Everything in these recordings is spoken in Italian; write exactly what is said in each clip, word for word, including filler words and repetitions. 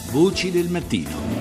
Voci del mattino.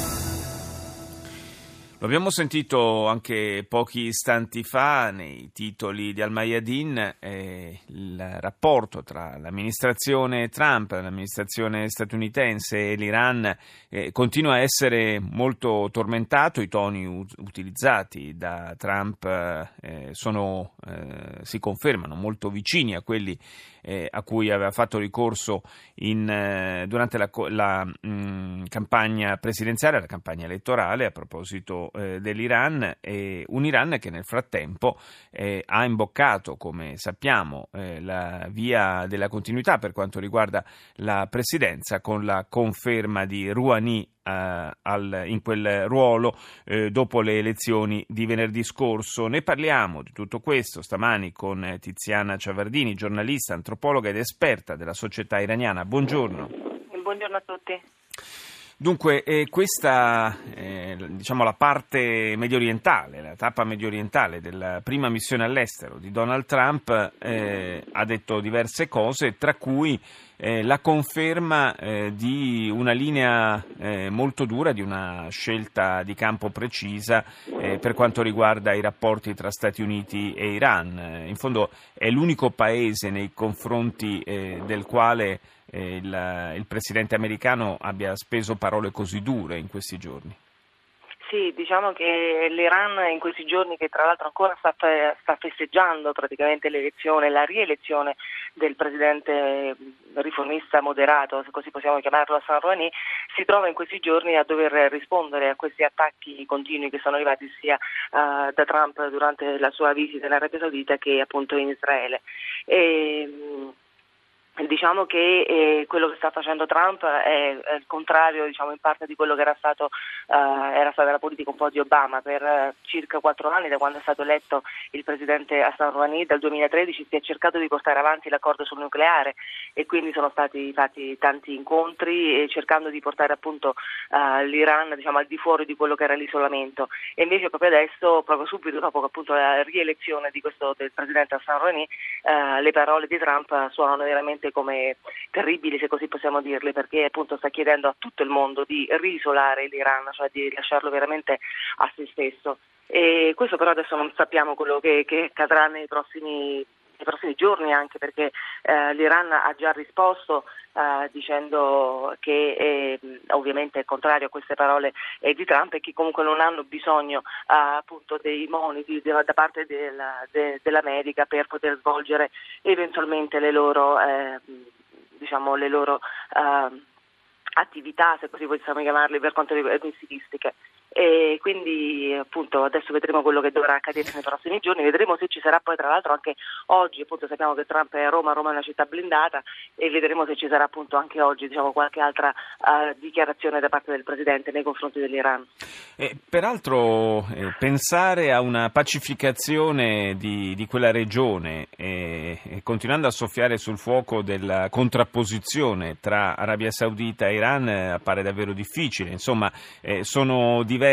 Lo abbiamo sentito anche pochi istanti fa nei titoli di Al Mayadeen, eh, il rapporto tra l'amministrazione Trump, l'amministrazione statunitense e l'Iran eh, continua a essere molto tormentato. I toni u- utilizzati da Trump eh, sono, eh, si confermano molto vicini a quelli eh, a cui aveva fatto ricorso in, eh, durante la, la mh, campagna presidenziale, la campagna elettorale a proposito eh, dell'Iran, e un Iran che nel frattempo eh, ha imboccato, come sappiamo, eh, la via della continuità per quanto riguarda la presidenza, con la conferma di Rouhani Uh, al, in quel ruolo uh, dopo le elezioni di venerdì scorso. Ne parliamo di tutto questo stamani con Tiziana Ciavardini, giornalista, antropologa ed esperta della società iraniana. Buongiorno. Buongiorno a tutti. Dunque, eh, questa eh, diciamo la parte mediorientale, la tappa mediorientale della prima missione all'estero di Donald Trump eh, ha detto diverse cose, tra cui eh, la conferma eh, di una linea eh, molto dura, di una scelta di campo precisa eh, per quanto riguarda i rapporti tra Stati Uniti e Iran. In fondo è l'unico paese nei confronti eh, del quale eh, il, il presidente americano abbia speso parole così dure in questi giorni. Sì, diciamo che l'Iran in questi giorni, che tra l'altro ancora sta, sta festeggiando praticamente l'elezione, la rielezione del presidente riformista moderato, se così possiamo chiamarlo, Hassan Rouhani, si trova in questi giorni a dover rispondere a questi attacchi continui che sono arrivati sia uh, da Trump durante la sua visita in Arabia Saudita che appunto in Israele. E, Diciamo che eh, quello che sta facendo Trump è, è il contrario, diciamo, in parte di quello che era stato uh, era stata la politica un po' di Obama per uh, circa quattro anni, da quando è stato eletto il presidente Hassan Rouhani. Dal duemilatredici si è cercato di portare avanti l'accordo sul nucleare e quindi sono stati fatti tanti incontri e cercando di portare appunto uh, l'Iran, diciamo, al di fuori di quello che era l'isolamento. E invece proprio adesso, proprio subito dopo che appunto la rielezione di questo del presidente Hassan Rouhani, uh, le parole di Trump suonano veramente come terribili, se così possiamo dirle, perché appunto sta chiedendo a tutto il mondo di riisolare l'Iran, cioè di lasciarlo veramente a se stesso. E questo però adesso non sappiamo quello che, che accadrà nei prossimi, nei prossimi giorni, anche perché eh, l'Iran ha già risposto eh, dicendo che eh, ovviamente è contrario a queste parole eh, di Trump e che comunque non hanno bisogno eh, appunto dei moniti de, da parte della, de, dell'America per poter svolgere eventualmente le loro eh, diciamo le loro eh, attività, se così possiamo chiamarle, per quanto riguarda missilistiche. E quindi appunto adesso vedremo quello che dovrà accadere nei prossimi giorni, vedremo se ci sarà poi, tra l'altro anche oggi, appunto sappiamo che Trump è a Roma, Roma è una città blindata, e vedremo se ci sarà appunto anche oggi, diciamo, qualche altra uh, dichiarazione da parte del presidente nei confronti dell'Iran. E peraltro eh, pensare a una pacificazione di, di quella regione e, e continuando a soffiare sul fuoco della contrapposizione tra Arabia Saudita e Iran eh, appare davvero difficile. Insomma, eh, sono diverse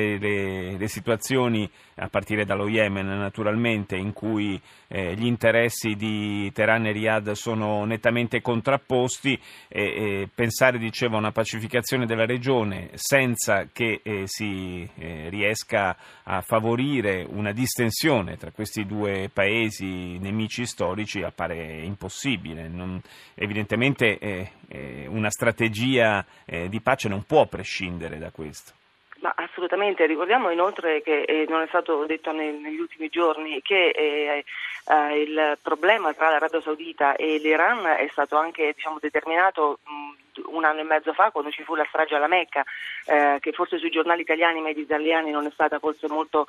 le, le situazioni, a partire dallo Yemen naturalmente, in cui eh, gli interessi di Teheran e Riyadh sono nettamente contrapposti, e, e pensare, dicevo, a una pacificazione della regione senza che eh, si eh, riesca a favorire una distensione tra questi due paesi nemici storici appare impossibile. Non, evidentemente eh, eh, una strategia eh, di pace non può prescindere da questo. Ma assolutamente, ricordiamo inoltre che eh, non è stato detto ne, negli ultimi giorni che eh, eh, il problema tra l'Arabia Saudita e l'Iran è stato anche, diciamo, determinato mh, un anno e mezzo fa, quando ci fu la strage alla Mecca, eh, che forse sui giornali italiani, media italiani, non è stata forse molto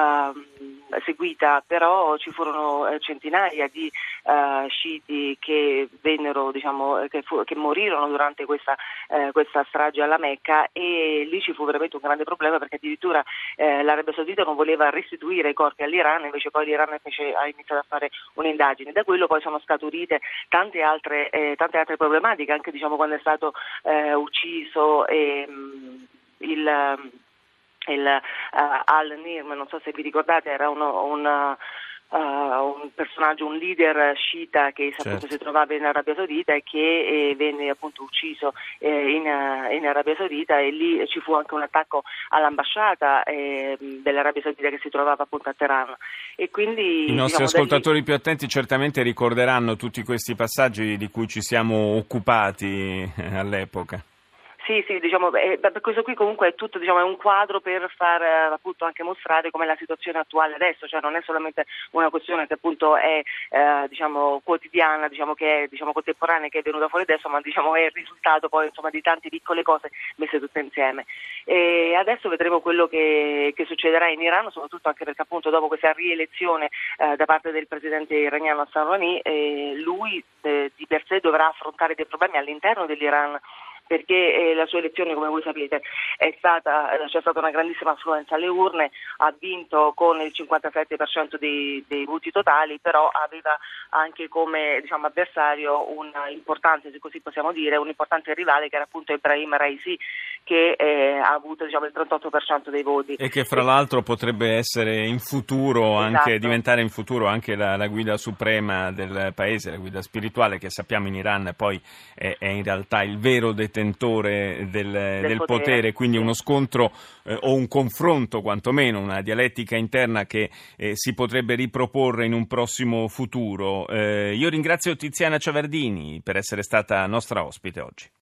eh, seguita, però ci furono eh, centinaia di eh, sciiti che vennero, diciamo, che, fu, che morirono durante questa, eh, questa strage alla Mecca, e lì ci fu veramente un grande problema, perché addirittura eh, l'Arabia Saudita non voleva restituire i corpi all'Iran, invece poi l'Iran fece, ha iniziato a fare un'indagine. Da quello poi sono scaturite tante altre, eh, tante altre problematiche, anche, diciamo, quando è stato eh, ucciso eh, il, il uh, Al-Nirm, non so se vi ricordate, era uno, un Uh, un personaggio, un leader sciita che certo. appunto si trovava in Arabia Saudita e che eh, venne appunto ucciso eh, in, uh, in Arabia Saudita, e lì ci fu anche un attacco all'ambasciata eh, dell'Arabia Saudita che si trovava appunto a Teheran. E quindi, I nostri diciamo, ascoltatori lì... più attenti certamente ricorderanno tutti questi passaggi di cui ci siamo occupati all'epoca. Sì, sì, diciamo, eh, questo qui comunque è tutto, diciamo, è un quadro per far eh, appunto anche mostrare com'è la situazione attuale adesso, cioè non è solamente una questione che appunto è eh, diciamo quotidiana, diciamo che è diciamo contemporanea, che è venuta fuori adesso, ma diciamo è il risultato poi insomma di tante piccole cose messe tutte insieme. E adesso vedremo quello che, che succederà in Iran, soprattutto anche perché appunto dopo questa rielezione eh, da parte del presidente iraniano Hassan Rouhani, eh, lui eh, di per sé dovrà affrontare dei problemi all'interno dell'Iran, perché eh, la sua elezione, come voi sapete, è stata, eh, c'è stata una grandissima affluenza alle urne, ha vinto con il cinquantasette per cento dei, dei voti totali, però aveva anche come diciamo, avversario un importante, se così possiamo dire, un importante rivale che era appunto Ebrahim Raisi, che eh, ha avuto diciamo, il trentotto per cento dei voti. E che fra l'altro potrebbe essere in futuro, anche esatto. diventare in futuro anche la, la guida suprema del paese, la guida spirituale, che sappiamo in Iran poi è, è in realtà il vero detentore del, del, del potere. potere, quindi uno scontro eh, o un confronto quantomeno, una dialettica interna che eh, si potrebbe riproporre in un prossimo futuro. Eh, io ringrazio Tiziana Ciavardini per essere stata nostra ospite oggi.